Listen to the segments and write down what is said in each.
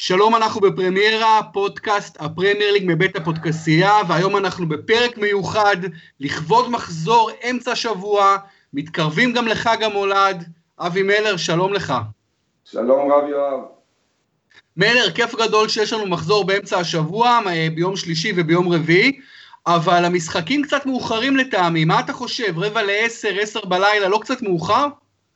שלום, אנחנו בפרמיירה, פודקאסט הפרמייר ליג מבית הפודקסייה, והיום אנחנו בפרק מיוחד, לכבוד מחזור אמצע שבוע, מתקרבים גם לחג המולד. אבי מלר, שלום לך. שלום רב יואב. מלר, כיף גדול שיש לנו מחזור באמצע השבוע, ביום שלישי וביום רביעי, אבל המשחקים קצת מאוחרים לטעמי. מה אתה חושב? 9:45, 10 בלילה, לא קצת מאוחר?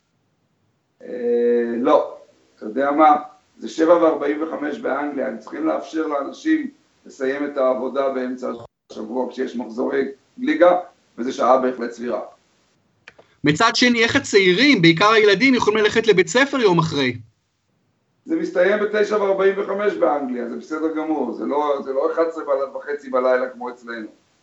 לא, אתה יודע מה? זה 7:45 באנגליה, הם צריכים לאפשר לאנשים לסיים את העבודה באמצע השבוע כשיש מחזורי ליגה, וזה שעה בהחלט סבירה. מצד שני, איך הצעירים, בעיקר הילדים, יכולים ללכת לבית ספר יום אחרי? זה מסתיים ב-9:45 באנגליה, זה בסדר גמור, זה לא 11:30 בלילה כמו אצלנו.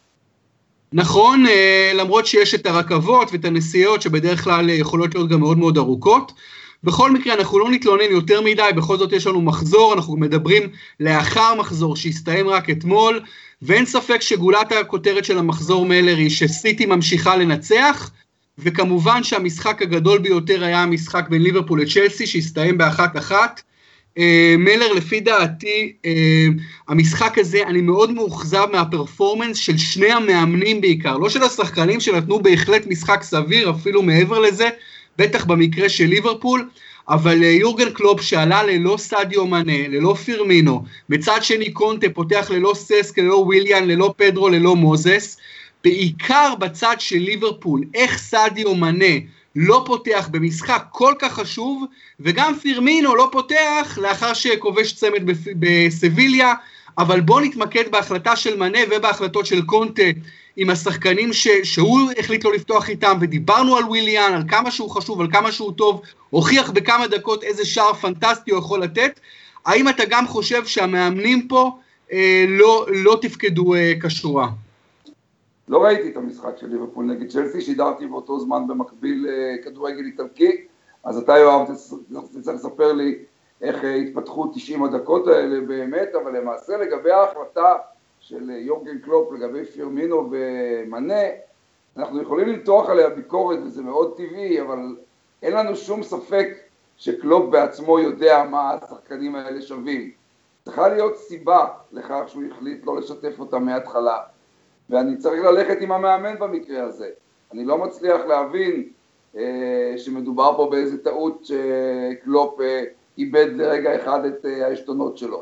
נכון, למרות שיש את הרכבות ואת הנסיעות שבדרך כלל יכולות להיות גם מאוד מאוד ארוכות. בכל מקרה אנחנו לא נתלונן יותר מדי, בכל זאת יש לנו מחזור, אנחנו מדברים לאחר מחזור שהסתיים רק אתמול, ואין ספק שגולת הכותרת של המחזור מלר היא שסיטי ממשיכה לנצח, וכמובן שהמשחק הגדול ביותר היה המשחק בין ליברפול לצ'לסי שהסתיים ב1-1. מלר, לפי דעתי, המשחק הזה, אני מאוד מאוכזב מהפרפורמנס של שני המאמנים בעיקר, לא של השחקנים שנתנו בהחלט משחק סביר, אפילו מעבר לזה, בטח במקרה של ליברפול, אבל יורגן קלופ שעלה ללא סדיו מנה, ללא פירמינו, מצד שני קונטה פותח ללא ססק, ללא וויליאן, ללא פדרו, ללא מוזס, בעיקר בצד של ליברפול, איך סדיו מנה לא פותח במשחק כל כך חשוב, וגם פירמינו לא פותח לאחר שכובש צמד בסביליה, אבל בוא נתמקד בהחלטה של מנה ובהחלטות של קונטה, עם השחקנים שהוא החליט לא לפתוח איתם, ודיברנו על וויליאן, על כמה שהוא חשוב, על כמה שהוא טוב, הוכיח בכמה דקות איזה שער פנטסטי הוא יכול לתת. האם אתה גם חושב שהמאמנים פה לא תפקדו כשורה? לא ראיתי את המשחק של ליברפול נגד צ'לסי, שידרתי באותו זמן במקביל כדורגל איטלקי, אז אתה יואב צריך לספר לי איך התפתחו 90 הדקות האלה באמת, אבל למעשה לגבי ההחלטה של יורגן קלופ לגבי פירמינו ומנה, אנחנו יכולים למתוח עליה ביקורת וזה מאוד טבעי, אבל אין לנו שום ספק שקלופ בעצמו יודע מה השחקנים האלה שווים. צריכה להיות סיבה לכך שהוא החליט לא לשתף אותם מההתחלה, ואני צריך ללכת עם המאמן במקרה הזה. אני לא מצליח להבין שמדובר פה באיזה טעות שקלופ איבד לרגע אחד את העשתונות שלו.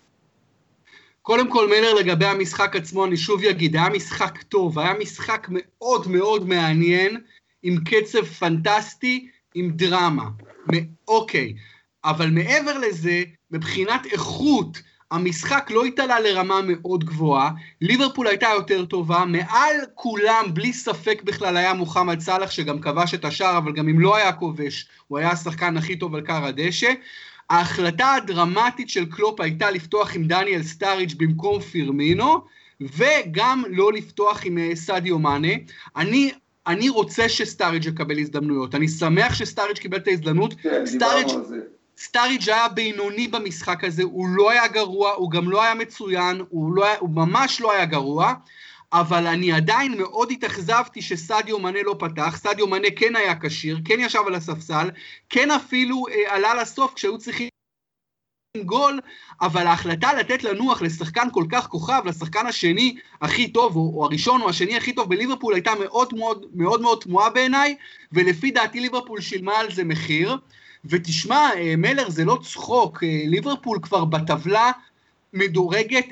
קודם כל מלר, לגבי המשחק עצמו, אני שוב אגיד, היה משחק טוב, היה משחק מאוד מאוד מעניין, עם קצב פנטסטי, עם דרמה. אוקיי, אבל מעבר לזה, מבחינת איכות, המשחק לא התעלה לרמה מאוד גבוהה, ליברפול הייתה יותר טובה, מעל כולם, בלי ספק בכלל, היה מוחמד סלאח, שגם כבש את השער, אבל גם אם לא היה כובש, הוא היה השחקן הכי טוב על קר הדשא. ההחלטה הדרמטית של קלופ הייתה לפתוח עם דניאל סטאריג' במקום פירמינו, וגם לא לפתוח עם סדיו מנה. אני רוצה שסטאריג' יקבל הזדמנויות, אני שמח שסטאריג' קיבל את ההזדמנות. כן, סטאריג' היה בינוני במשחק הזה, הוא לא היה גרוע, הוא גם לא היה מצוין, הוא ממש לא היה גרוע, אבל אני עדיין מאוד התאכזבתי שסדיו מנה לא פתח. סדיו מנה כן היה קשיר, כן ישב על הספסל, כן אפילו עלה לסוף כשהיו צריכים גול, אבל ההחלטה לתת לנוח לשחקן כל כך כוכב, לשחקן השני הכי טוב, או הראשון או השני הכי טוב בליברפול, הייתה מאוד מאוד מאוד מאוד תמוהה בעיניי, ולפי דעתי ליברפול שילמה על זה מחיר. ותשמע, מלר, זה לא צחוק, ליברפול כבר בטבלה מדורגת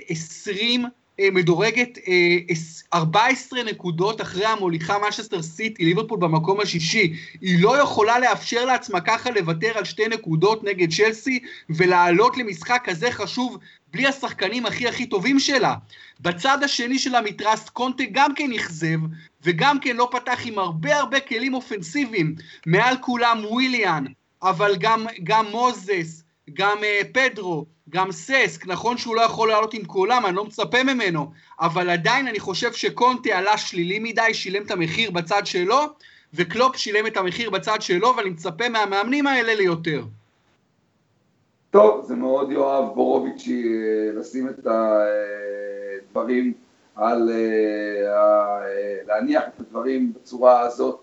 14 נקודות אחרי המוליכה מנצ'סטר סיטי, ליברפול במקום השישי. היא לא יכולה לאפשר לעצמה ככה לוותר על 2 נקודות נגד צ'לסי, ולעלות למשחק כזה חשוב בלי השחקנים הכי טובים שלה. בצד השני של המתרס, קונטה גם כן נכזב, וגם כן לא פתח עם הרבה כלים אופנסיביים, מעל כולם וויליאן, אבל גם מוזס, גם פדרו, גם ססק. נכון שהוא לא יכול לעלות עם כולם, אני לא מצפה ממנו, אבל עדיין אני חושב שקונטה עלה שלילי מדי, שילם את המחיר בצד שלו, וקלופ שילם את המחיר בצד שלו, ואני מצפה מהמאמנים האלה ליותר. טוב, זה מאוד יואב בורוביצ'י לשים את הדברים על להניח את הדברים בצורה הזאת,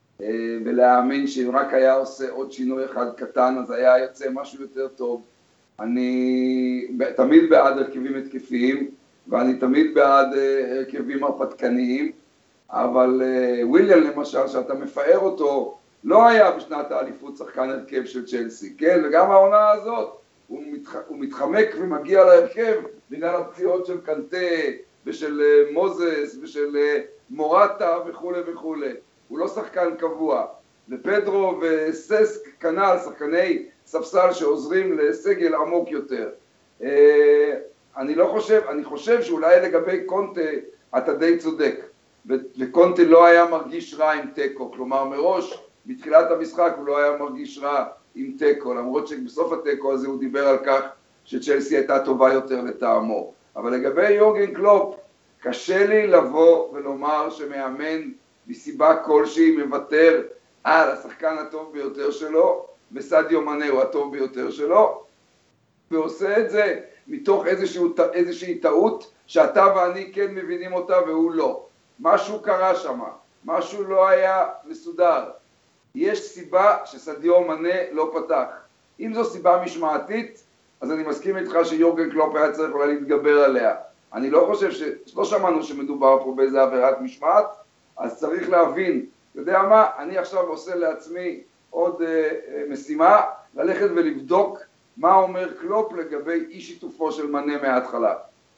ולהאמין שאם רק היה עושה עוד שינוי אחד קטן, אז היה יוצא משהו יותר טוב. אני תמיד בעד הרכבים התקפיים, ואני תמיד בעד הרכבים הרפתקניים, אבל וויליאן למשל, שאתה מפאר אותו, לא היה בשנת האליפות שחקן הרכב של צ'לסי, כן? וגם העונה הזאת, הוא מתחמק ומגיע להרכב בגלל הפציעות של קנטה ושל מוזס ושל מורטה וכו' וכו'. הוא לא שחקן קבוע. ופדרו וססק כנ"ל, שחקני ספסל שעוזרים לסגל עמוק יותר. אני חושב שאולי לגבי קונטה אתה די צודק, וקונטה לא היה מרגיש רע עם טקו, כלומר מראש, בתחילת המשחק הוא לא היה מרגיש רע עם טקו, למרות שבסוף הטקו הזה הוא דיבר על כך שצ'לסי הייתה טובה יותר לטעמו. אבל לגבי יורגן קלופ, קשה לי לבוא ולומר שמאמן מסיבה כלשהי מוותר על השחקן הטוב ביותר שלו, וסדיו מנה הוא הטוב ביותר שלו, ועושה את זה מתוך איזושהי טעות שאתה ואני כן מבינים אותה והוא לא. משהו קרה שם, משהו לא היה מסודר. יש סיבה שסדיו מנה לא פתח. אם זו סיבה משמעתית, אז אני מסכים איתך שיורגן קלופ היה צריך אולי להתגבר עליה. אני לא חושב לא שמענו שמדובר פה באיזה עבירת משמעת, אז צריך להבין, אתה יודע מה, אני עכשיו עושה לעצמי עוד משימה, ללכת ולבדוק מה אומר קלופ לגבי אי שיתופו של מנה מההתחלה.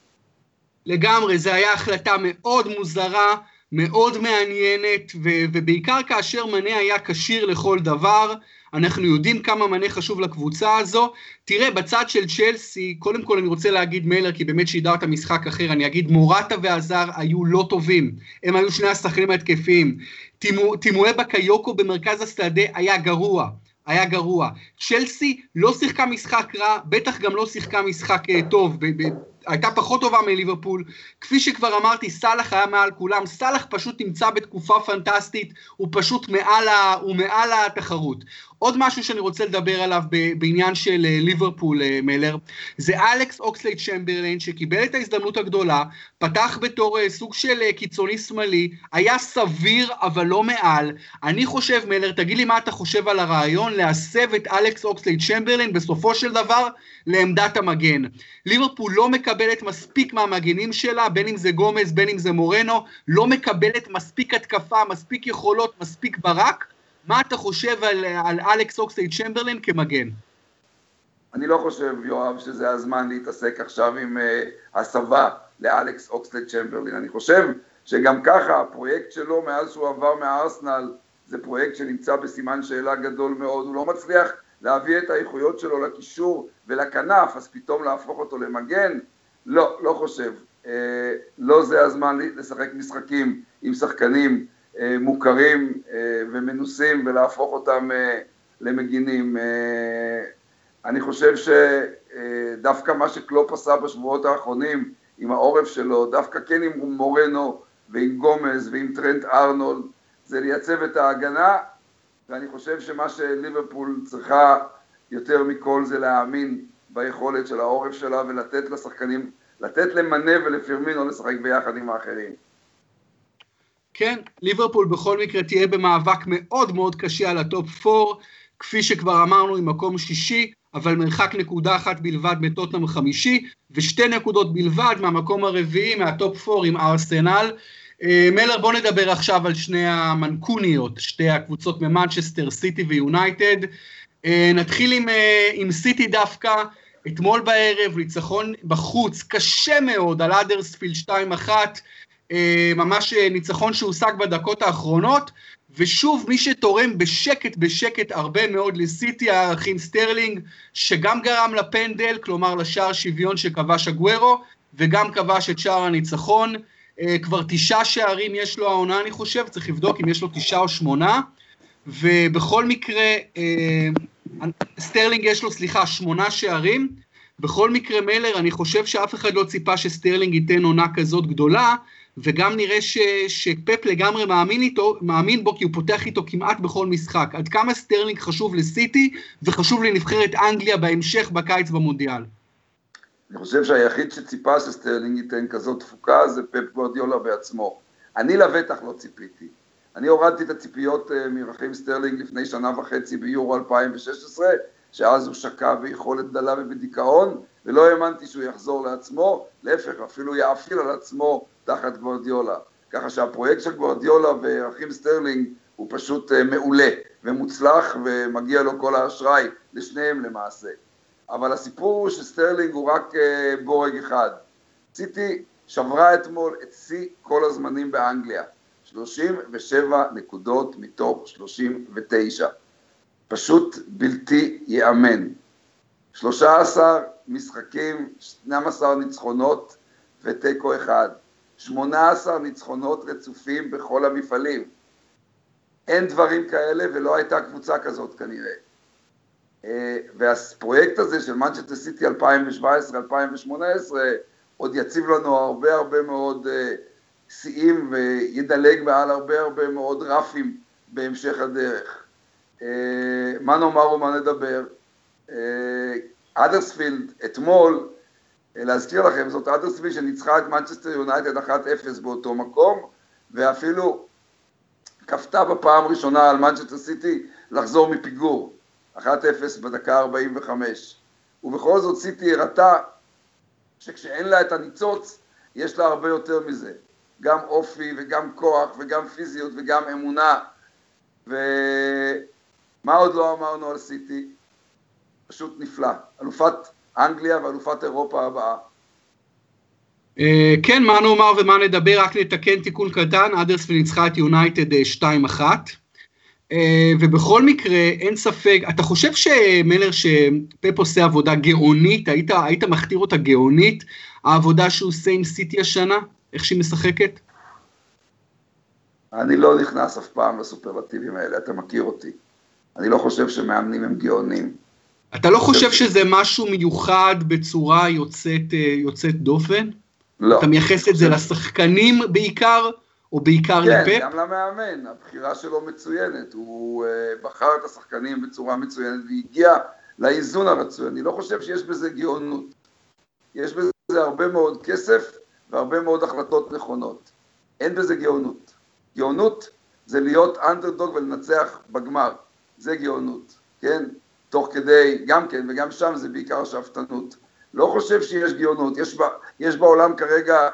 לגמרי, זו היה החלטה מאוד מוזרה, מאוד מעניינת, ובעיקר כאשר מנה היה כשיר לכל דבר. אנחנו יודעים כמה מנה חשוב לקבוצה הזו. תראה, בצד של צ'לסי, קודם כל אני רוצה להגיד מלר, כי באמת שידרת משחק אחר, אני אגיד מורטה ועזר היו לא טובים, הם היו שני השחקנים ההתקפיים. תימואה בקיוקו במרכז השדה היה גרוע. צ'לסי לא שיחקה משחק רע, בטח גם לא שיחקה משחק טוב, הייתה פחות טובה מליברפול. כפי שכבר אמרתי, סלח היה מעל כולם, סלח פשוט נמצא בתקופה פנטסטית, הוא פשוט מעל התחרות. עוד משהו שאני רוצה לדבר עליו בעניין של ליברפול, מלר, זה אלכס אוקסלייד צ'מברליין, שקיבל את ההזדמנות הגדולה, פתח בתור סוג של קיצוני שמאלי, היה סביר אבל לא מעל. אני חושב, מלר, תגיד לי מה אתה חושב על הרעיון להסב את אלכס אוקסלייד צ'מברליין בסופו של דבר לעמדת המגן. ליברפול לא מקבלת מספיק מהמגנים שלה, בין אם זה גומז, בין אם זה מורנו, לא מקבלת מספיק התקפה, מספיק יכולות, מספיק ברק. מה אתה חושב על אלכס אוקסלייד צ'מברליין כמגן? אני לא חושב, יואב, שזה הזמן להתעסק עכשיו עם הסבה לאלכס אוקסלייד צ'מברליין. אני חושב שגם ככה הפרויקט שלו מאז שהוא עבר מהארסנל, זה פרויקט שנמצא בסימן שאלה גדול מאוד, הוא לא מצליח להביא את האיכויות שלו לקישור ולכנף, אז פתאום להפוך אותו למגן, לא חושב. לא זה הזמן לשחק משחקים עם שחקנים מוכרים ומנוסים ולהפוך אותם למגינים. אני חושב שדווקא מה שקלופ עשה בשבועות האחרונים עם העורף שלו, דווקא כן עם מורנו ועם גומז ועם טרנט ארנולד, זה לייצב את ההגנה, ואני חושב שמה שליברפול צריכה יותר מכל זה להאמין ביכולת של העורף שלה ולתת לשחקנים, לתת למנה ולפירמינו לשחק ביחד עם האחרים. כן, ליברפול בכל מקרה תהיה במאבק מאוד מאוד קשה על הטופ 4, כפי שכבר אמרנו עם מקום שישי, אבל מרחק נקודה אחת בלבד מטוטנהאם חמישי, ושתי נקודות בלבד מהמקום הרביעי מהטופ 4 עם ארסנל. מלר, בוא נדבר עכשיו על שני המנקוניות, שתי הקבוצות ממנצ'סטר סיטי ויונייטד. נתחיל עם סיטי דווקא. אתמול בערב, ניצחון בחוץ, קשה מאוד, על אדרספילד 2-1, ממש ניצחון שהושג בדקות האחרונות, ושוב מי שתורם בשקט הרבה מאוד לסיטי, האחים סטרלינג, שגם גרם לפנדל, כלומר לשער שוויון שכבש אגוארו, וגם כבש את שער הניצחון. כבר 9 שערים יש לו העונה, אני חושב, צריך לבדוק אם יש לו 9 או 8, ובכל מקרה, סטרלינג יש לו, 8 שערים. בכל מקרה, מלר, אני חושב שאף אחד לא ציפה שסטרלינג ייתן עונה כזאת גדולה, וגם נראה שפפ לגמרי מאמין בו, כי הוא פותח איתו כמעט בכל משחק. עד כמה סטרלינג חשוב לסיטי, וחשוב לנבחרת אנגליה בהמשך בקיץ במונדיאל. אני חושב שהיחיד שציפה שסטרלינג ייתן כזאת תפוקה, זה פפ גוארדיולה בעצמו. אני לבטח לא ציפיתי. אני הורדתי את הציפיות מרחים סטרלינג לפני 1.5 שנה ביורו 2016, שאז הוא שקע ביכולת דלה ובדיכאון, ולא האמנתי שהוא יחזור לעצמו, להפך, אפילו יאפיל על עצמו תחת גוארדיולה. ככה שהפרויקט של גוארדיולה ואחים סטרלינג הוא פשוט מעולה ומוצלח, ומגיע לו כל האשראי לשניהם למעשה. אבל הסיפור הוא שסטרלינג הוא רק בורג אחד. סיטי שברה אתמול את שיא כל הזמנים באנגליה, 37 נקודות מתוך 39. פשוט בלתי יאמן. 13 משחקים, 12 ניצחונות וטקו אחד. 18 ניצחונות רצופים בכל המפעלים. אין דברים כאלה ולא הייתה קבוצה כזאת כנראה. והפרויקט הזה של מנצ'סטר סיטי 2017-2018 עוד יציב לנו הרבה מאוד שיאים וידלג מעל הרבה מאוד רפים בהמשך הדרך. מה נאמר ומה נדבר? אדרספילד אתמול, להזכיר לכם, זאת אדרספילד שניצחה את מנצ'סטר יונייטד 1-0 באותו מקום, ואפילו כפתה בפעם ראשונה על מנצ'סטר סיטי לחזור מפיגור, 1-0 בדקה 45. ובכל זאת סיטי הראתה שכשאין לה את הניצוץ, יש לה הרבה יותר מזה. גם אופי וגם כוח וגם פיזיות וגם אמונה. ומה עוד לא אמרנו על סיטי? פשוט נפלא. אלופת אנגליה ואלופת אירופה הבאה. כן, מה נאמר ומה נדבר, רק נתקן תיקון קטן, אדרספילד ניצחה את יונייטד 2-1, ובכל מקרה אין ספק, אתה חושב שמלר שפפ עושה עבודה גאונית, היית מכתיר אותה גאונית, העבודה שהוא עושה עם סיטי השנה, איך שהיא משחקת? אני לא נכנס אף פעם לסופרלטיבים האלה, אתה מכיר אותי, אני לא חושב שמאמנים הם גאונים. אתה לא חושב שזה משהו מיוחד בצורה יוצאת דופן? לא. אתה מייחס את זה לשחקנים בעיקר, או בעיקר לפפ? כן, גם למאמן, הבחירה שלו מצוינת, הוא בחר את השחקנים בצורה מצוינת, והגיע לאיזון הרצוי. אני לא חושב שיש בזה גאונות. יש בזה הרבה מאוד כסף, והרבה מאוד החלטות נכונות. אין בזה גאונות. גאונות זה להיות אנדרדוג ולנצח בגמר. זה גאונות, כן? תוך כדי, גם כן, וגם שם זה בעיקר שאפתנות. לא חושב שיש גאונות, יש בעולם כרגע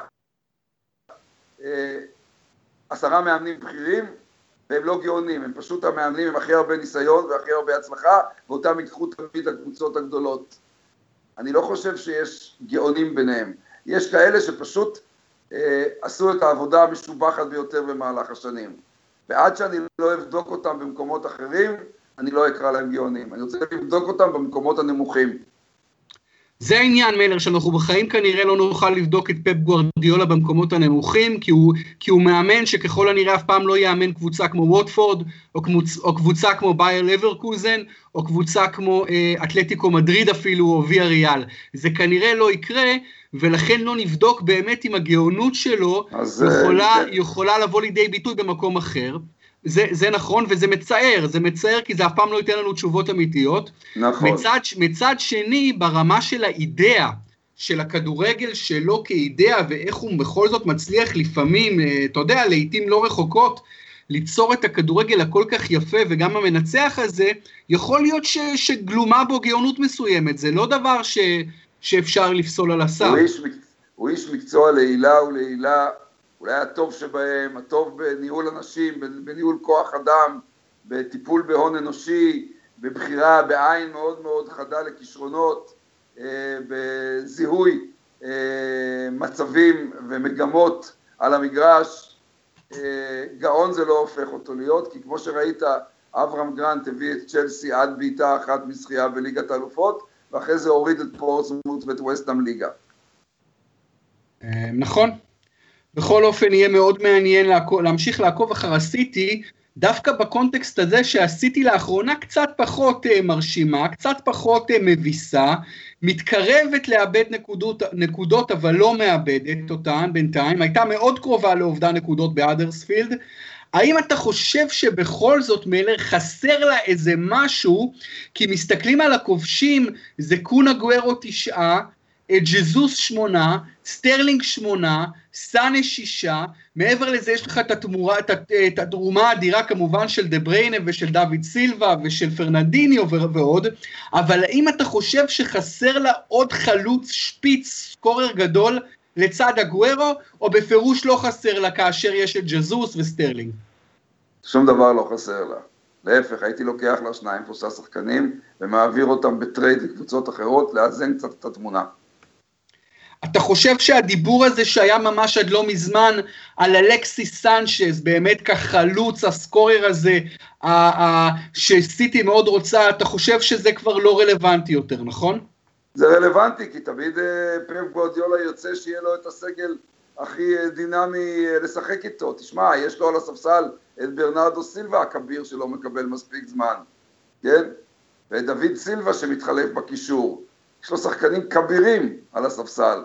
10 מאמנים בכירים, והם לא גאונים, הם פשוט המאמנים עם הכי הרבה ניסיון והכי הרבה הצלחה, ואותם ייקחו תמיד הקבוצות הגדולות. אני לא חושב שיש גאונים ביניהם, יש כאלה שפשוט עשו את העבודה המשובחת ביותר במהלך השנים, ועד שאני לא אבדוק אותם במקומות אחרים, אני לא אקרא להם גאונים, אני רוצה לבדוק אותם במקומות הנמוכים. זה העניין, מלר, שאנחנו בחיים כנראה לא נוכל לבדוק את פפ גוארדיולה במקומות הנמוכים, כי הוא מאמן שככל הנראה אף פעם לא יאמן קבוצה כמו ווטפורד, או קבוצה כמו בייר לברקוזן, או קבוצה כמו אתלטיקו מדריד אפילו, או ויה ריאל. זה כנראה לא יקרה, ולכן לא נבדוק באמת אם הגאונות שלו יכולה לבוא לידי ביטוי במקום אחר. זה נכון, וזה מצער, כי זה אף פעם לא ייתן לנו תשובות אמיתיות. נכון. מצד שני, ברמה של האידאה, של הכדורגל שלו כאידאה, ואיך הוא בכל זאת מצליח לפעמים, אתה יודע, לעתים לא רחוקות, ליצור את הכדורגל הכל כך יפה, וגם המנצח הזה, יכול להיות שגלומה בו גאונות מסוימת, זה לא דבר שאפשר לפסול על הסף. הוא איש מקצוע לעילה ולעילה, אולי הטוב שבהם, הטוב בניהול אנשים, בניהול כוח אדם, בטיפול בהון אנושי, בבחירה בעין מאוד מאוד חדה לכישרונות, בזיהוי מצבים ומגמות על המגרש. גאון זה לא הופך אותו להיות, כי כמו שראית, אברהם גרנט הביא את צ'לסי עד בעיטה אחת מזכייה בליגת האלופות, ואחרי זה הוריד את פורטסמוט ואת ווסטהאם ליגה. נכון. בכל אופן יהיה מאוד מעניין להמשיך לעקוב אחר הסיטי, דווקא בקונטקסט הזה שהסיטי לאחרונה קצת פחות מרשימה, קצת פחות מביסה, מתקרבת לאבד נקודות אבל לא מאבדת אותן בינתיים, הייתה מאוד קרובה לאובדן נקודות באדרספילד. האם אתה חושב שבכל זאת מלר חסר לה איזה משהו, כי מסתכלים על הכובשים, זה קון אגוארו 9, ג'זוס 8, סטרלינג 8, סאנה 6, מעבר לזה יש לך את התרומה האדירה כמובן של דה בריינה ושל דוד סילבה ושל פרננדיניו ועוד, אבל האם אתה חושב שחסר לה עוד חלוץ שפיץ סקורר גדול לצד אגוארו, או בפירוש לא חסר לה כאשר יש את ג'זוס וסטרלינג? שום דבר לא חסר לה. להפך, הייתי לוקח לה 2-3 שחקנים, ומעביר אותם בטרייד לקבוצות אחרות, לאזן קצת את התמונה. אתה חושב שהדיבור הזה שהיה ממש עד לא מזמן, על אלכסיס סנצ'ז, באמת כחלוץ, הסקורר הזה, שסיטי מאוד רוצה, אתה חושב שזה כבר לא רלוונטי יותר, נכון? זה רלוונטי, כי תמיד פפ גוארדיולה יוצא שיהיה לו את הסגל הכי דינמי לשחק איתו. תשמע, יש לו על הספסל את ברנרדו סילבה הכביר שלא מקבל מספיק זמן, כן? ואת דוד סילבה שמתחלף בקישור. יש לו שחקנים כבירים על הספסל,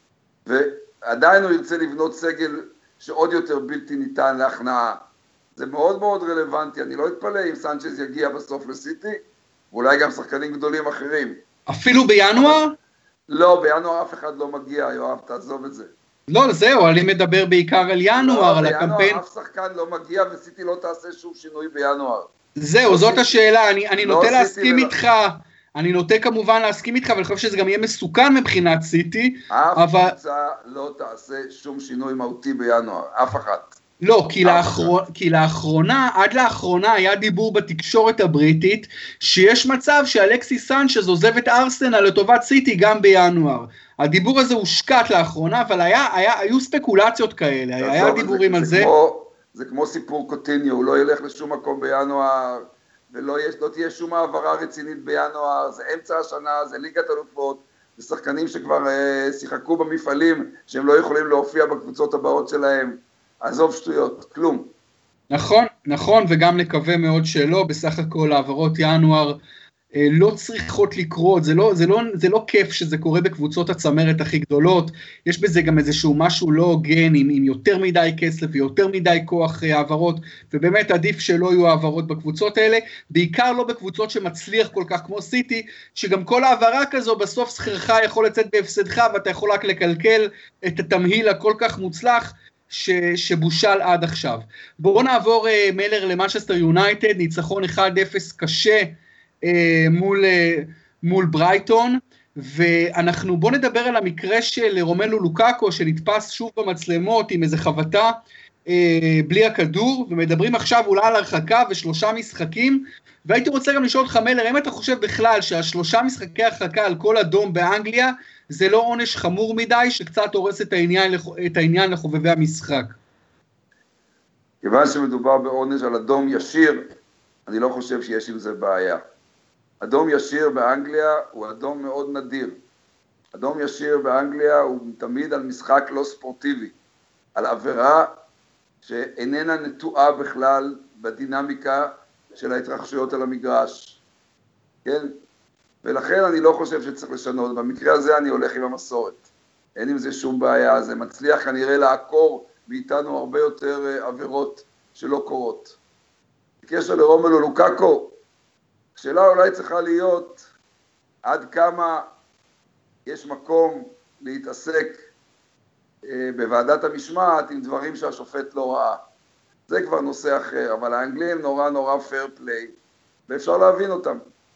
ועדיין הוא ירצה לבנות סגל שעוד יותר בלתי ניתן להכנעה. זה מאוד מאוד רלוונטי, אני לא אתפלא אם סנצ'ז יגיע בסוף לסיטי, ואולי גם שחקנים גדולים אחרים. אפילו בינואר? לא, בינואר אף אחד לא מגיע, יואב, תעזוב את זה. לא, זהו, אני מדבר בעיקר על ינואר, על הקמפיין. בינואר אף שחקן לא מגיע, וסיטי לא תעשה שום שינוי בינואר. זהו, זאת השאלה, אני נוטה להסכים איתך, אני נוטה כמובן להסכים איתך, אבל אני חושב שזה גם יהיה מסוכן מבחינת סיטי. אף קבוצה לא תעשה שום שינוי מהותי בינואר, אף אחת. לא, כי לאחרונה, עד לאחרונה היה דיבור בתקשורת הבריטית, שיש מצב שאלכסיס סנצ'ז עוזב את ארסנל לטובת סיטי גם בינואר. הדיבור הזה הושקט לאחרונה, אבל היו ספקולציות כאלה, היה דיבורים על זה. זה כמו סיפור קוטיניו, הוא לא ילך לשום מקום בינואר, ולא תהיה שום העברה רצינית בינואר, זה אמצע השנה, זה ליגת אלופות, זה שחקנים שכבר שיחקו במפעלים, שהם לא יכולים להופיע בקבוצות הבאות שלהם. עזוב שטויות, כלום. נכון, וגם נקווה מאוד שלא, בסך הכל העברות ינואר לא צריכות לקרות, זה לא כיף שזה קורה בקבוצות הצמרת הכי גדולות, יש בזה גם איזשהו משהו לא הוגן, עם יותר מדי כסף ויותר מדי כוח העברות, ובאמת עדיף שלא יהיו העברות בקבוצות האלה, בעיקר לא בקבוצות שמצליח כל כך כמו סיטי, שגם כל העברה כזו בסוף שכרך יכול לצאת בהפסדך, ואתה יכול רק לקלקל את התמהיל הכל כך מוצלח, שבושל עד עכשיו. בואו נעבור מלר למנצ'סטר יונייטד, ניצחון 1-0 קשה מול ברייטון, ואנחנו בואו נדבר על המקרה של רומלו לוקאקו, שנתפס שוב במצלמות עם איזה חבטה בלי הכדור, ומדברים עכשיו אולי על הרחקה ו3 משחקים, והייתי רוצה גם לשאול אותך מלר, האם אתה חושב בכלל שה3 משחקי הרחקה על כל אדום באנגליה, זה לא עונש חמור מדי, שקצת הורס את העניין לחובבי המשחק? כיוון שמדובר בעונש על אדום ישיר, אני לא חושב שיש עם זה בעיה. אדום ישיר באנגליה הוא אדום מאוד נדיר. אדום ישיר באנגליה הוא תמיד על משחק לא ספורטיבי, על עבירה שאיננה נטועה בכלל בדינמיקה של ההתרחשויות על המגרש. כן? ולכן אני לא חושב שצריך לשנות, במקרה הזה אני הולך עם המסורת, אין עם זה שום בעיה, זה מצליח כנראה לעקור מאיתנו הרבה יותר עבירות שלא קורות. בקשר לרומלו לוקאקו, השאלה אולי צריכה להיות עד כמה יש מקום להתעסק בוועדת המשמעת עם דברים שהשופט לא ראה. זה כבר נושא אחר, אבל האנגלים נורא פייר פליי, ואפשר להבין אותם.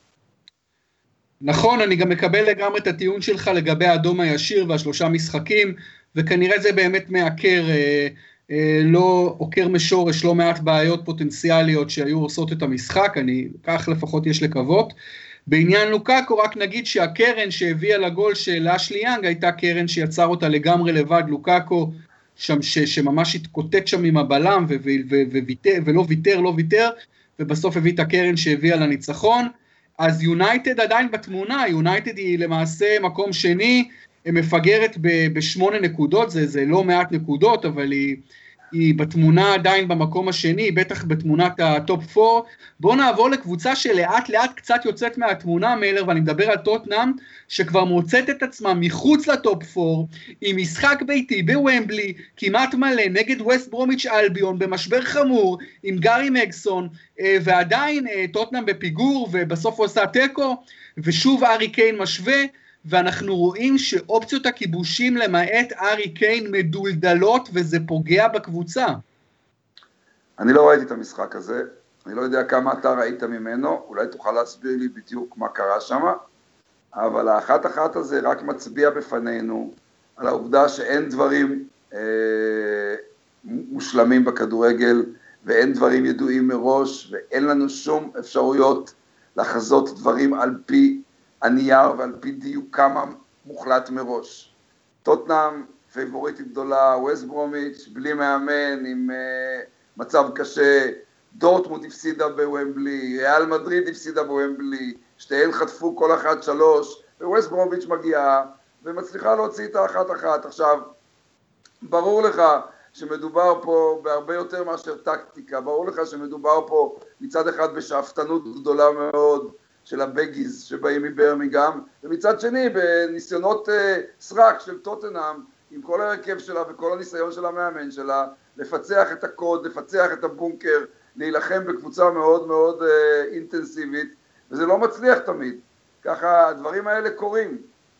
נכון, אני גם מקבל לגמרי את הטיעון שלך לגבי האדום הישיר וה3 משחקים, וכנראה זה באמת מעקר, לא עוקר משורש, לא מעט בעיות פוטנציאליות שהיו עושות את המשחק, כך לפחות יש לקוות. בעניין לוקאקו רק נגיד שהקרן שהביאה לגול של אשלי יאנג, הייתה קרן שיצר אותה לגמרי לבד, לוקאקו, שממש התקוטט שם עם הבלם, ולא ויתר, ובסוף הביא את הקרן שהביאה לניצחון. אז יונייטד עדיין בתמונה, יונייטד היא למעשה מקום שני, מפגרת ב8 נקודות, זה לא מעט נקודות, אבל היא בתמונה עדיין במקום השני, בטח בתמונת הטופ 4, בואו נעבור לקבוצה שלאט לאט קצת יוצאת מהתמונה מלר, ואני מדבר על טוטנהאם, שכבר מוצאת את עצמה מחוץ לטופ 4, עם משחק ביתי בוומבלי, כמעט מלא, נגד ווסט ברומיץ' אלביון, במשבר חמור, עם גארי מגסון, ועדיין טוטנהאם בפיגור, ובסוף הוא עושה טקו, ושוב ארי קיין משווה, ואנחנו רואים שאופציות הכיבושים למעט ארי קיין מדולדלות, וזה פוגע בקבוצה. אני לא ראיתי את המשחק הזה, אני לא יודע כמה אתה ראית ממנו, אולי תוכל להסביר לי בדיוק מה קרה שם, אבל האחת הזה רק מצביע בפנינו על העובדה שאין דברים מושלמים בכדורגל, ואין דברים ידועים מראש, ואין לנו שום אפשרויות לחזות דברים על פי הנייר ועל פי דיוקם מוחלט מראש. טוטנהאם פייבוריטית גדולה, ווסט ברומיץ' בלי מאמן עם מצב קשה, דורטמונד הפסידה בוומבלי, ריאל מדריד הפסידה בוומבלי, שתיהן חטפו כל אחת 3, וווסט ברומיץ' מגיעה ומצליחה להוציא את האחת. עכשיו, ברור לך שמדובר פה בהרבה יותר מאשר טקטיקה, ברור לך שמדובר פה מצד אחד בשאפתנות גדולה מאוד של הבגיז שבאים מברמיגהאם, ומצד שני בניסיונות סרק של טוטנהאם עם כל הרכב שלה וכל הניסיון של המאמן שלה, לפצח את הקוד, לפצח את הבונקר, להילחם בקבוצה מאוד מאוד אינטנסיבית, וזה לא מצליח תמיד. ככה הדברים האלה קורים.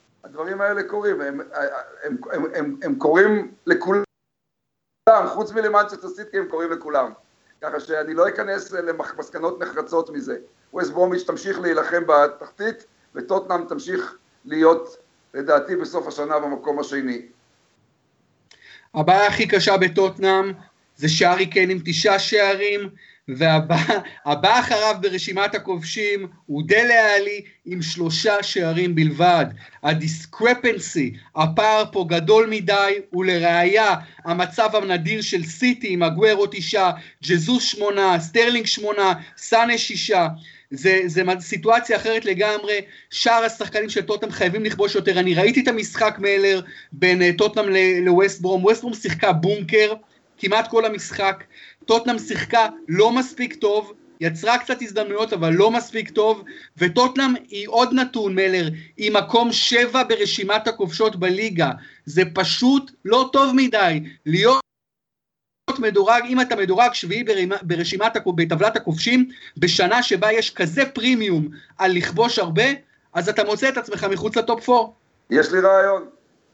הם קורים לכולם, חוץ מלמנצ'סטר סיטי הם קורים לכולם. ככה שאני לא אכנס למסקנות נחרצות מזה. ווסט ברומיץ' תמשיך להילחם בתחתית, וטוטנהאם תמשיך להיות, לדעתי, בסוף השנה במקום השני. הבעיה הכי קשה בטוטנהאם זה שארי קיין עם 9 שערים, והבא אחריו ברשימת הכובשים הוא דלה עלי עם 3 שערים בלבד. הדיסקרפנסי, הפער פה גדול מדי, ולראיה המצב הנדיר של סיטי עם אגוארו 9, ג'זוס 8, סטרלינג 8, סאנה 6, זה סיטואציה אחרת לגמרי. שאר השחקנים של טוטנהאם חייבים לכבוש יותר. אני ראיתי את המשחק מלר בין טוטנהאם לווסט ברום, ווסט ברום שיחקה בונקר כמעט כל המשחק, טוטנהאם שיחקה לא מספיק טוב, יצרה קצת הזדמנויות אבל לא מספיק טוב, וטוטנהאם היא עוד נתון מלר, היא מקום 7 ברשימת הכובשות בליגה, זה פשוט לא טוב מדי, להיות מדורג, אם אתה מדורג 7 בטבלת הכובשים, בשנה שבה יש כזה פרימיום על לכבוש הרבה, אז אתה מוצא את עצמך מחוץ לטופ 4. יש לי רעיון.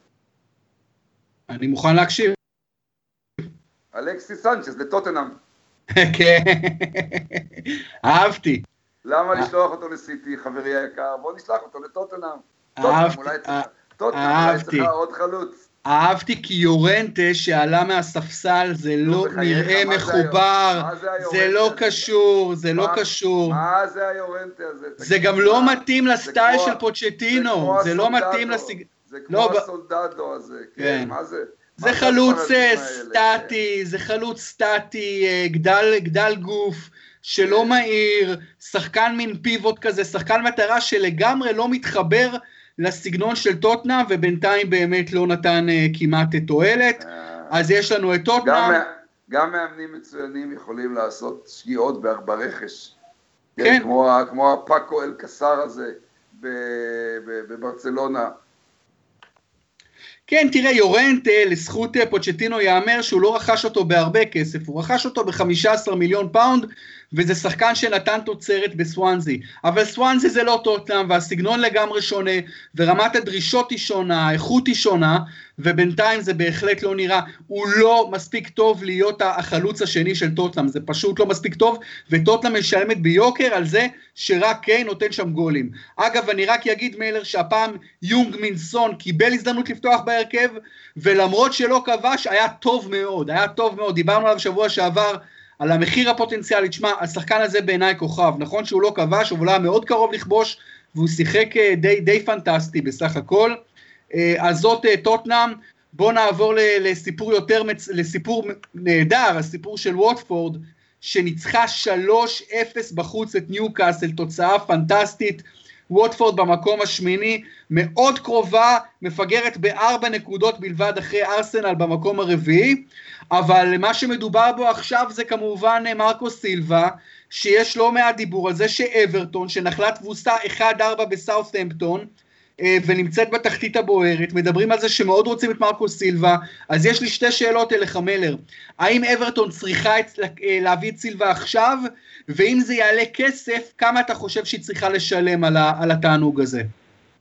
אני מוכן להקשיב. אלכסי סנצ'ז לטוטנהאם. כן, אהבתי. למה לשלוח אותו לסיטי, חברי היקר? בוא נשלח אותו לטוטנהאם. טוטנהאם, אולי צריך עוד חלוץ. אהבתי כי יורנטה שעלה מהספסל, זה לא נראה מחובר, זה לא קשור, זה לא קשור. מה זה היורנטה הזה? זה גם לא מתאים לסטייל של פוצ'טינו, זה לא מתאים זה כמו הסולדדו הזה, כן, מה זה? זה חלוץ סטטי, זה חלוץ סטטי, גדל גוף, שלא מהיר, שחקן מין פיבוט כזה, שחקן מטרה שלגמרי לא מתחבר לסגנון של טוטנהאם, ובינתיים באמת לא נתן כמעט תועלת. אז יש לנו את טוטנהאם. גם מאמנים מצוינים יכולים לעשות שגיאות ברכש. כן. כמו הפאקו אל קסר הזה בברצלונה. כן, תראה, יורנטה, לזכות פוצ'טינו יאמר שהוא לא רכש אותו בהרבה כסף, הוא רכש אותו ב-15 מיליון פאונד, וזה שחקן שנתן תוצרת בסוואנזי, אבל סוואנזי זה לא טוטנהאם, והסגנון לגמרי שונה, ורמת הדרישות היא שונה, האיכות היא שונה, ובינתיים זה בהחלט לא נראה, הוא לא מספיק טוב להיות החלוץ השני של טוטנהאם, זה פשוט לא מספיק טוב, וטוטנהאם משלמת ביוקר על זה שרק קיין נותן שם גולים. אגב, אני רק אגיד מלר שהפעם יונג מינסון קיבל הזדמנות לפתוח בהרכב, ולמרות שלא כבש, היה טוב מאוד, דיברנו עליו שבוע שעבר, על המחיר הפוטנציאלי. תשמע, השחקן הזה בעיניי כוכב, נכון שהוא לא כבש, אבל היה מאוד קרוב לכבוש, והוא שיחק די פנטסטי בסך הכל. אז זאת טוטנהאם. בוא נעבור לסיפור נהדר, הסיפור של ווטפורד, שניצחה 3-0 בחוץ את ניוקאסל, תוצאה פנטסטית. ווטפורד במקום השמיני, מאוד קרובה, מפגרת ב4 נקודות בלבד אחרי ארסנל במקום הרביעי, אבל מה שמדובר בו עכשיו זה כמובן מרקו סילבה, שיש לא מעט דיבור על זה שאברטון, שנחלה תבוסה 1-4 בסאות'המפטון, ונמצאת בתחתית הבוערת, מדברים על זה שמאוד רוצים את מרקו סילבה, אז יש לי 2 שאלות אליך מלר, האם אברטון צריכה להביא את סילבה עכשיו, ואם זה יעלה כסף, כמה אתה חושב שהיא צריכה לשלם על התענוג הזה?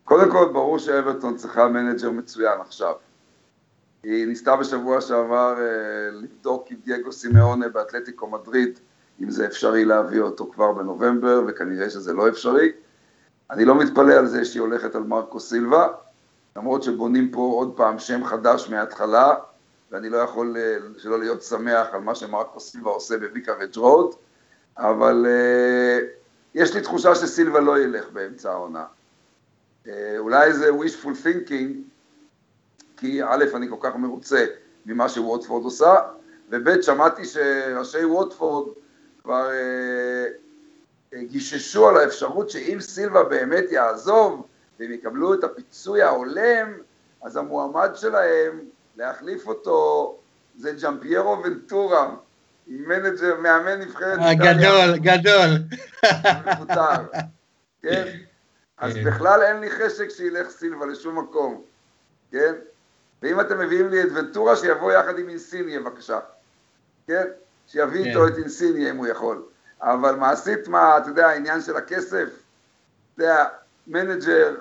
קודם כל, ברור שאברטון צריכה מנג'ר מצוין עכשיו. היא ניסתה בשבוע שעבר לבדוק עם דייגו סימאונה באתלטיקו מדריד, אם זה אפשרי להביא אותו כבר בנובמבר, וכנראה שזה לא אפשרי. אני לא מתפלא על זה שהיא הולכת על מרקו סילבה, למרות שבונים פה עוד פעם שם חדש מההתחלה, ואני לא יכול שלא להיות שמח על מה שמרקו סילבה עושה בוויקארג' רוד, אבל יש לי תחושה שסילבה לא ילך באמצע העונה. אולי זה wishful thinking, כי א', אני כל כך מרוצה ממה שווטפורד עושה, וב', שמעתי שראשי ווטפורד כבר גיששו על האפשרות שאם סילבה באמת יעזוב, והם יקבלו את הפיצוי ההולם, אז המועמד שלהם להחליף אותו זה ג'אמפיירו ונטורה, מנג'ר, מאמן נבחרת איטליה. גדול. מפוטר, כן? אז בכלל אין לי חשק שילך סילבה לשום מקום, כן? ואם אתם מביאים לי את ונטורה, שיבוא יחד עם אינסיניה, בבקשה, כן? שיביא איתו את אינסיניה אם הוא יכול. אבל מעשית מה, אתה יודע, העניין של הכסף, אתה יודע, מנג'ר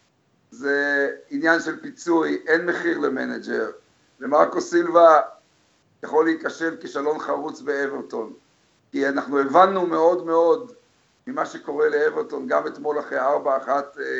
זה עניין של פיצוי, אין מחיר למנג'ר. ומרקו סילבה יכול להיכשל כישלון חרוץ באברטון, כי אנחנו הבנו מאוד מאוד ממה שקורה לאברטון, גם אתמול אחרי 4-1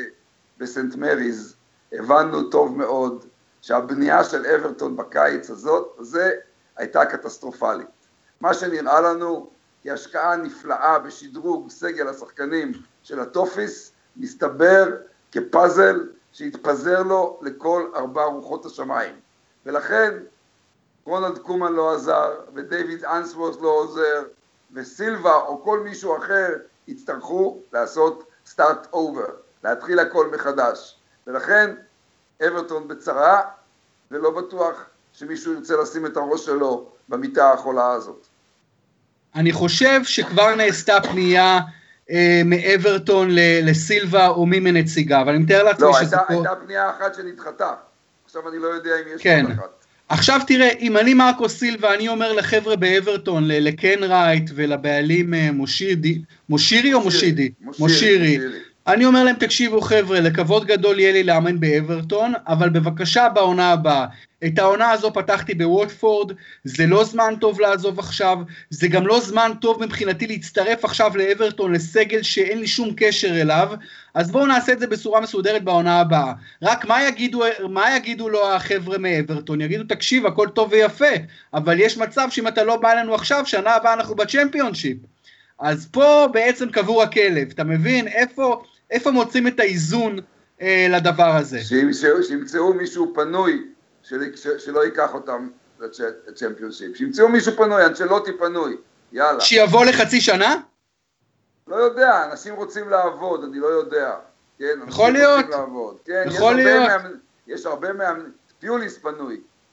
בסנט מריז, הבנו טוב מאוד שהבנייה של אברטון בקיץ הזאת, זה הייתה קטסטרופלית. מה שנראה לנו כי השקעה נפלאה בשדרוג סגל השחקנים של הטופיס, מסתבר כפאזל שהתפזר לו לכל 4 רוחות השמיים. ולכן רונלד קומן לא עזר, ודייוויד אנסוורת' לא עוזר, וסילבה או כל מישהו אחר יצטרכו לעשות סטארט אובר, להתחיל הכל מחדש. ולכן אברטון בצרה, ולא בטוח שמישהו ירצה לשים את הראש שלו במיטה החולה הזאת. אני חושב שכבר נעשתה פנייה מאברטון לסילבה או מי מנציגה, אבל אני מתאר לעצמי שזה פה... לא, הייתה פנייה אחת שנדחתה. עכשיו אני לא יודע אם יש עוד אחת. עכשיו תראה, אם אני מרקו סילבה, אני אומר לחבר'ה באברטון, לקן רייט ולבעלים מושירי או מושידי? מושירי. אני אומר להם, תקשיבו חבר'ה, לכבוד גדול יהיה לי לאמן באברטון, אבל בבקשה בעונה הבאה. את העונה הזו פתחתי בווטפורד, זה לא זמן טוב לעזוב עכשיו, זה גם לא זמן טוב מבחינתי להצטרף עכשיו לאברטון, לסגל שאין לי שום קשר אליו, אז בואו נעשה את זה בצורה מסודרת בעונה הבאה. רק מה יגידו לו החבר'ה מאברטון? יגידו, תקשיב, הכל טוב ויפה, אבל יש מצב שאם אתה לא בא אלינו עכשיו, שנה הבאה אנחנו בצ'מפיונשיפ. אז פה בעצם קבור הכלב, אתה מבין? איפה מוצאים את האיזון לדבר הזה? שימצאו מישהו פנוי, שלא ייקח אותם לצ'מפיונשיפ. שימצאו מישהו פנוי, אנצ'לוטי פנוי, יאללה. שיבוא לחצי שנה? לא יודע, אנשים רוצים לעבוד, אני לא יודע. כן, יכול להיות. כן, יכול להיות. יש הרבה פיוליס פנוי.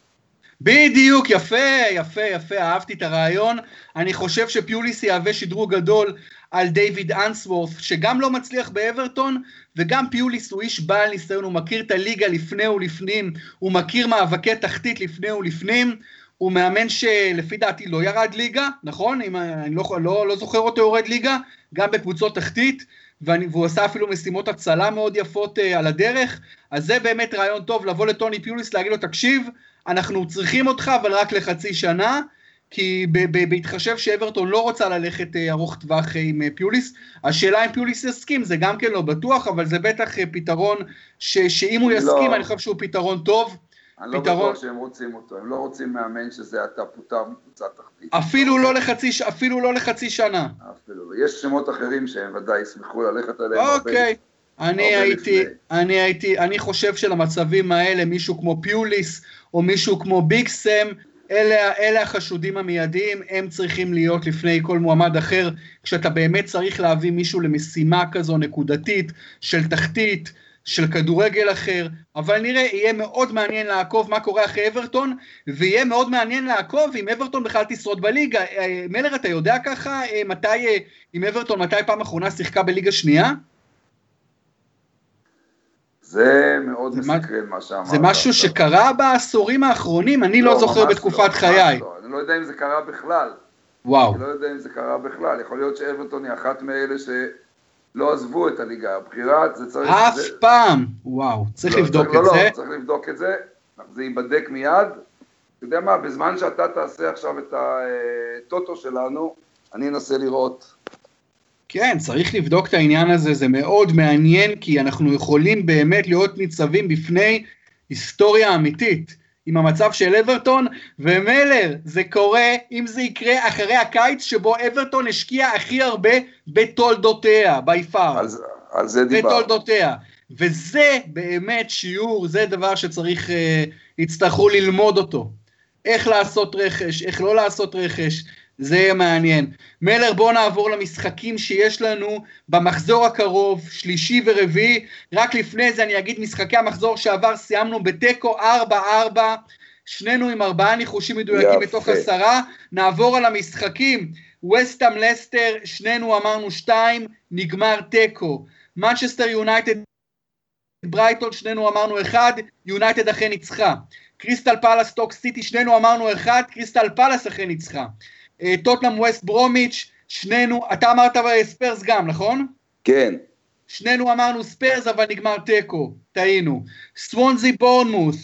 בדיוק, יפה, אהבתי את הרעיון. אני חושב שפיוליס יהווה שדרוג גדול על דיוויד אנסוורת' שגם לא מצליח באברטון, וגם פיוליס הוא איש בעל ניסיון, הוא מכיר את הליגה לפני ולפנים, הוא מכיר מאבקי תחתית לפני ולפנים, הוא מאמן שלפי דעתי לא ירד ליגה, נכון? אני לא זוכר אותו יורד ליגה, גם בקבוצות תחתית, והוא עשה אפילו משימות הצלה מאוד יפות על הדרך, אז זה באמת רעיון טוב, לבוא לטוני פיוליס, להגיד לו, תקשיב, אנחנו צריכים אותך, אבל רק לחצי שנה, כי בהתחשב שאברטון לא רוצה ללכת ארוך טווח עם פיוליס, השאלה אם פיוליס יסכים, זה גם כן לא בטוח, אבל זה בטח פתרון שאם הוא יסכים, אני חושב שהוא פתרון טוב. אני לא בטוח שהם רוצים אותו, הם לא רוצים מאמן שזה אתה פוטר מקבוצה תחתית. אפילו לא לחצי שנה. יש שמות אחרים שהם ודאי ישמחו ללכת עליהם. אוקיי. אני חושב שלמצבים האלה, מישהו כמו פיוליס, או מישהו כמו ביג סם, אלה החשודים המיידיים, הם צריכים להיות לפני כל מועמד אחר, כשאתה באמת צריך להביא מישהו למשימה כזו נקודתית, של תחתית, של כדורגל אחר, אבל נראה, יהיה מאוד מעניין לעקוב מה קורה אחרי אברטון, ויהיה מאוד מעניין לעקוב אם אברטון בכלל תשרוד בליגה. מלר, אתה יודע ככה, עם אברטון, מתי פעם אחרונה שיחקה בליגה שנייה? זה מאוד מסקרן מה שאמרת. זה משהו שקרה בעשורים האחרונים, אני לא זוכר בתקופת חיי. אני לא יודע אם זה קרה בכלל. וואו. אני לא יודע אם זה קרה בכלל, יכול להיות שאברטון היא אחת מאלה לא עזבו את הליגה הבכירה, זה צריך... אף פעם, וואו, צריך לבדוק את זה. לא, צריך לבדוק את זה, זה ייבדק מיד. אתה יודע מה, בזמן שאתה תעשה עכשיו את הטוטו שלנו, אני אנסה לראות. כן, צריך לבדוק את העניין הזה, זה מאוד מעניין, כי אנחנו יכולים באמת להיות ניצבים בפני היסטוריה אמיתית, עם המצב של אברטון, ומלר, זה קורה, אם זה יקרה אחרי הקיץ, שבו אברטון השקיע הכי הרבה בתולדותיה, ביפר. על זה דיבר. בתולדותיה. וזה באמת שיעור, זה דבר שצריך, יצטרכו ללמוד אותו. איך לעשות רכש, איך לא לעשות רכש, זה יהיה מעניין. מלר, בוא נעבור למשחקים שיש לנו במחזור הקרוב, שלישי ורביעי. רק לפני זה אני אגיד משחקי המחזור שעבר, סיימנו בטקו 4-4, שנינו עם 4 ניחושים מדויקים מתוך 10. נעבור על המשחקים, וסטהאם לסטר, שנינו אמרנו 2, נגמר טקו. מנצ'סטר יונייטד ברייטון, שנינו אמרנו 1, יונייטד אכן ניצחה. קריסטל פלאס סטוק סיטי, שנינו אמרנו 1, קריסטל פלאס אכן ניצחה. טוטנהאם ווסט ברומיץ', שנינו, אתה אמרת ספרס גם, נכון? כן. שנינו אמרנו ספרס, אבל נגמר טקו, טעינו. סוונזי בורנמות',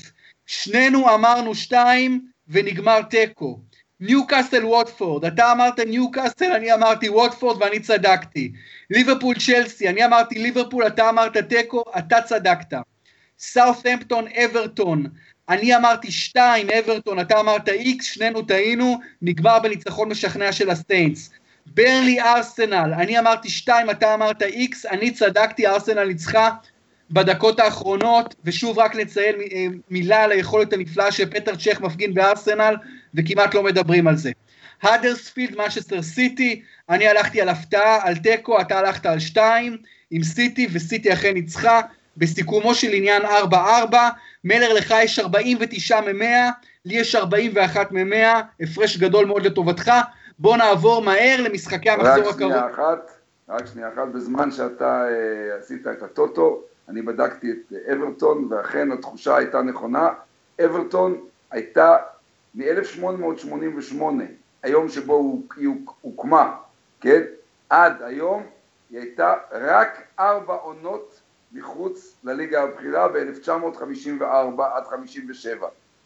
שנינו אמרנו 2, ונגמר טקו. ניוקאסל ווטפורד, אתה אמרת ניוקאסל, אני אמרתי ווטפורד, ואני צדקתי. ליברפול צ'לסי, אני אמרתי ליברפול, אתה אמרת טקו, אתה צדקת. סאות'המפטון אברטון, אני אמרתי 2, אברטון, אתה אמרת X, שנינו טעינו, נגמר בניצחון משכנע של הסטיינס. ברלי ארסנל, אני אמרתי 2, אתה אמרת X, אני צדקתי, ארסנל ניצחה בדקות האחרונות, ושוב רק לציין מילה על היכולת הנפלאה שפטר צ'ך מפגין בארסנל, וכמעט לא מדברים על זה. האדרספילד, מנצ'סטר סיטי, אני הלכתי על הפתעה, על טקו, אתה הלכת על 2, עם סיטי, וסיטי אכן ניצחה, בסיכומו של עניין 4-4, מלר לך יש 49 מ-100, לי יש 41 מ-100, הפרש גדול מאוד לטובתך, בוא נעבור מהר למשחקי המחזור הקרוב. רק שנייה אחת, בזמן שאתה עשית את הטוטו, אני בדקתי את אברטון, ואכן התחושה הייתה נכונה, אברטון הייתה מ-1888, היום שבו היא הוקמה, כן? עד היום היא הייתה רק 4 עונות, מחוץ לליגה הבכירה ב-1954 עד 57.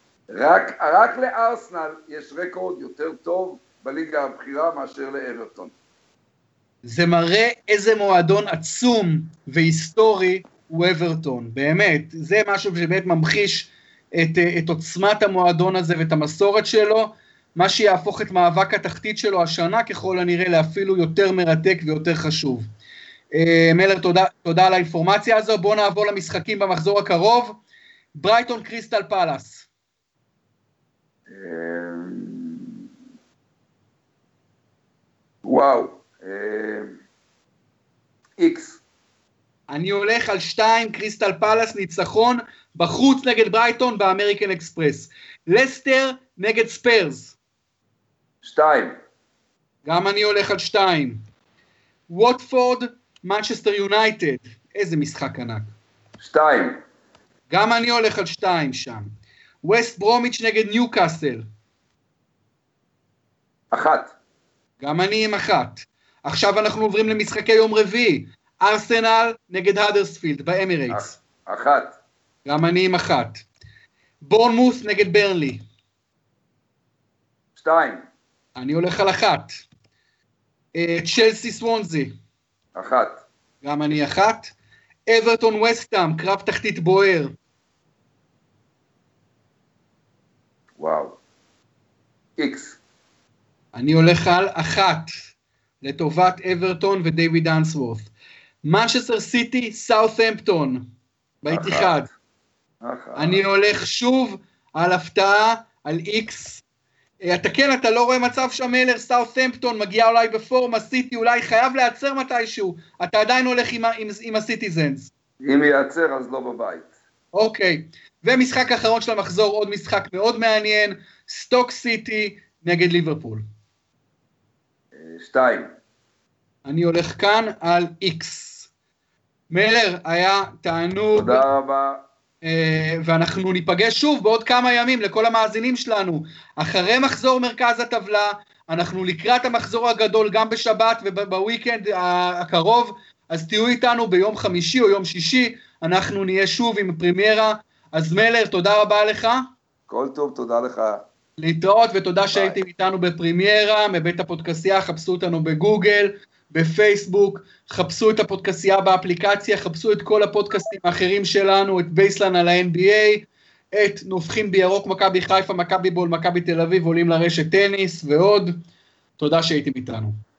רק לארסנל יש רקורד יותר טוב בליגה הבכירה מאשר לאברטון. זה מראה איזה מועדון עצום והיסטורי הוא אברטון, באמת. זה משהו שבאמת ממחיש את עוצמת המועדון הזה ואת המסורת שלו, מה שיהפוך את מאבק התחתית שלו השנה ככל הנראה לאפילו יותר מרתק ויותר חשוב. מלר, תודה על האינפורמציה הזו. בואו נעבור למשחקים במחזור הקרוב. ברייטון קריסטל פלאס. וואו. איקס. אני הולך על 2, קריסטל פלאס, ניצחון בחוץ נגד ברייטון באמריקן אקספרס. לסטר נגד ספרס. 2. גם אני הולך על 2. ווטפורד מנצ'סטר יונייטד, איזה משחק ענק. 2. גם אני הולך על 2 שם. ווסט ברומיץ' נגד ניוקאסל. 1. גם אני עם 1. עכשיו אנחנו עוברים למשחקי יום רביעי. ארסנל נגד האדרספילד באמירייטס. 1. גם אני עם 1. בורנמות' נגד ברנלי. 2. אני הולך על 1. צ'לסי סוונזי. 1. גם אני 1. אברטון וסטהאם, קרב תחתית בוער. וואו. איקס. אני הולך על 1. לטובת אברטון ודייוויד אנסוורת'. מנצ'סטר סיטי, סאות'המפטון. באיתיחד. אני הולך שוב על הפתעה, על איקס. אתה לא רואה מצב שמלר, סאות'המפטון מגיע אולי בפורמה, סיטי אולי חייב להיעצר מתישהו, אתה עדיין הולך עם הסיטיזנס. אם ייעצר אז לא בבית. אוקיי, ומשחק האחרון של המחזור, עוד משחק מאוד מעניין, סטוק סיטי נגד ליברפול. 2. אני הולך כאן על איקס. מלר, היה תענוג. תודה רבה. ואנחנו ניפגש שוב בעוד כמה ימים לכל המאזינים שלנו, אחרי מחזור מרכז הטבלה, אנחנו לקראת המחזור הגדול גם בשבת ובוויקנד הקרוב, אז תהיו איתנו ביום חמישי או יום שישי, אנחנו נהיה שוב עם פרימיירה. אז מלר, תודה רבה לך. כל טוב, תודה לך. להתראות, ותודה שהייתם איתנו בפרימיירה, מבית הפודקאסיה. חפשו אותנו בגוגל, בפייסבוק, חפשו את הפודקאסיה באפליקציה, חפשו את כל הפודקאסטים האחרים שלנו, את בייסלן על ה-NBA, את נופחים בירוק, מכבי חיפה, מכבי בול, מכבי תל אביב, עולים לרשת טניס ועוד. תודה שהייתם איתנו.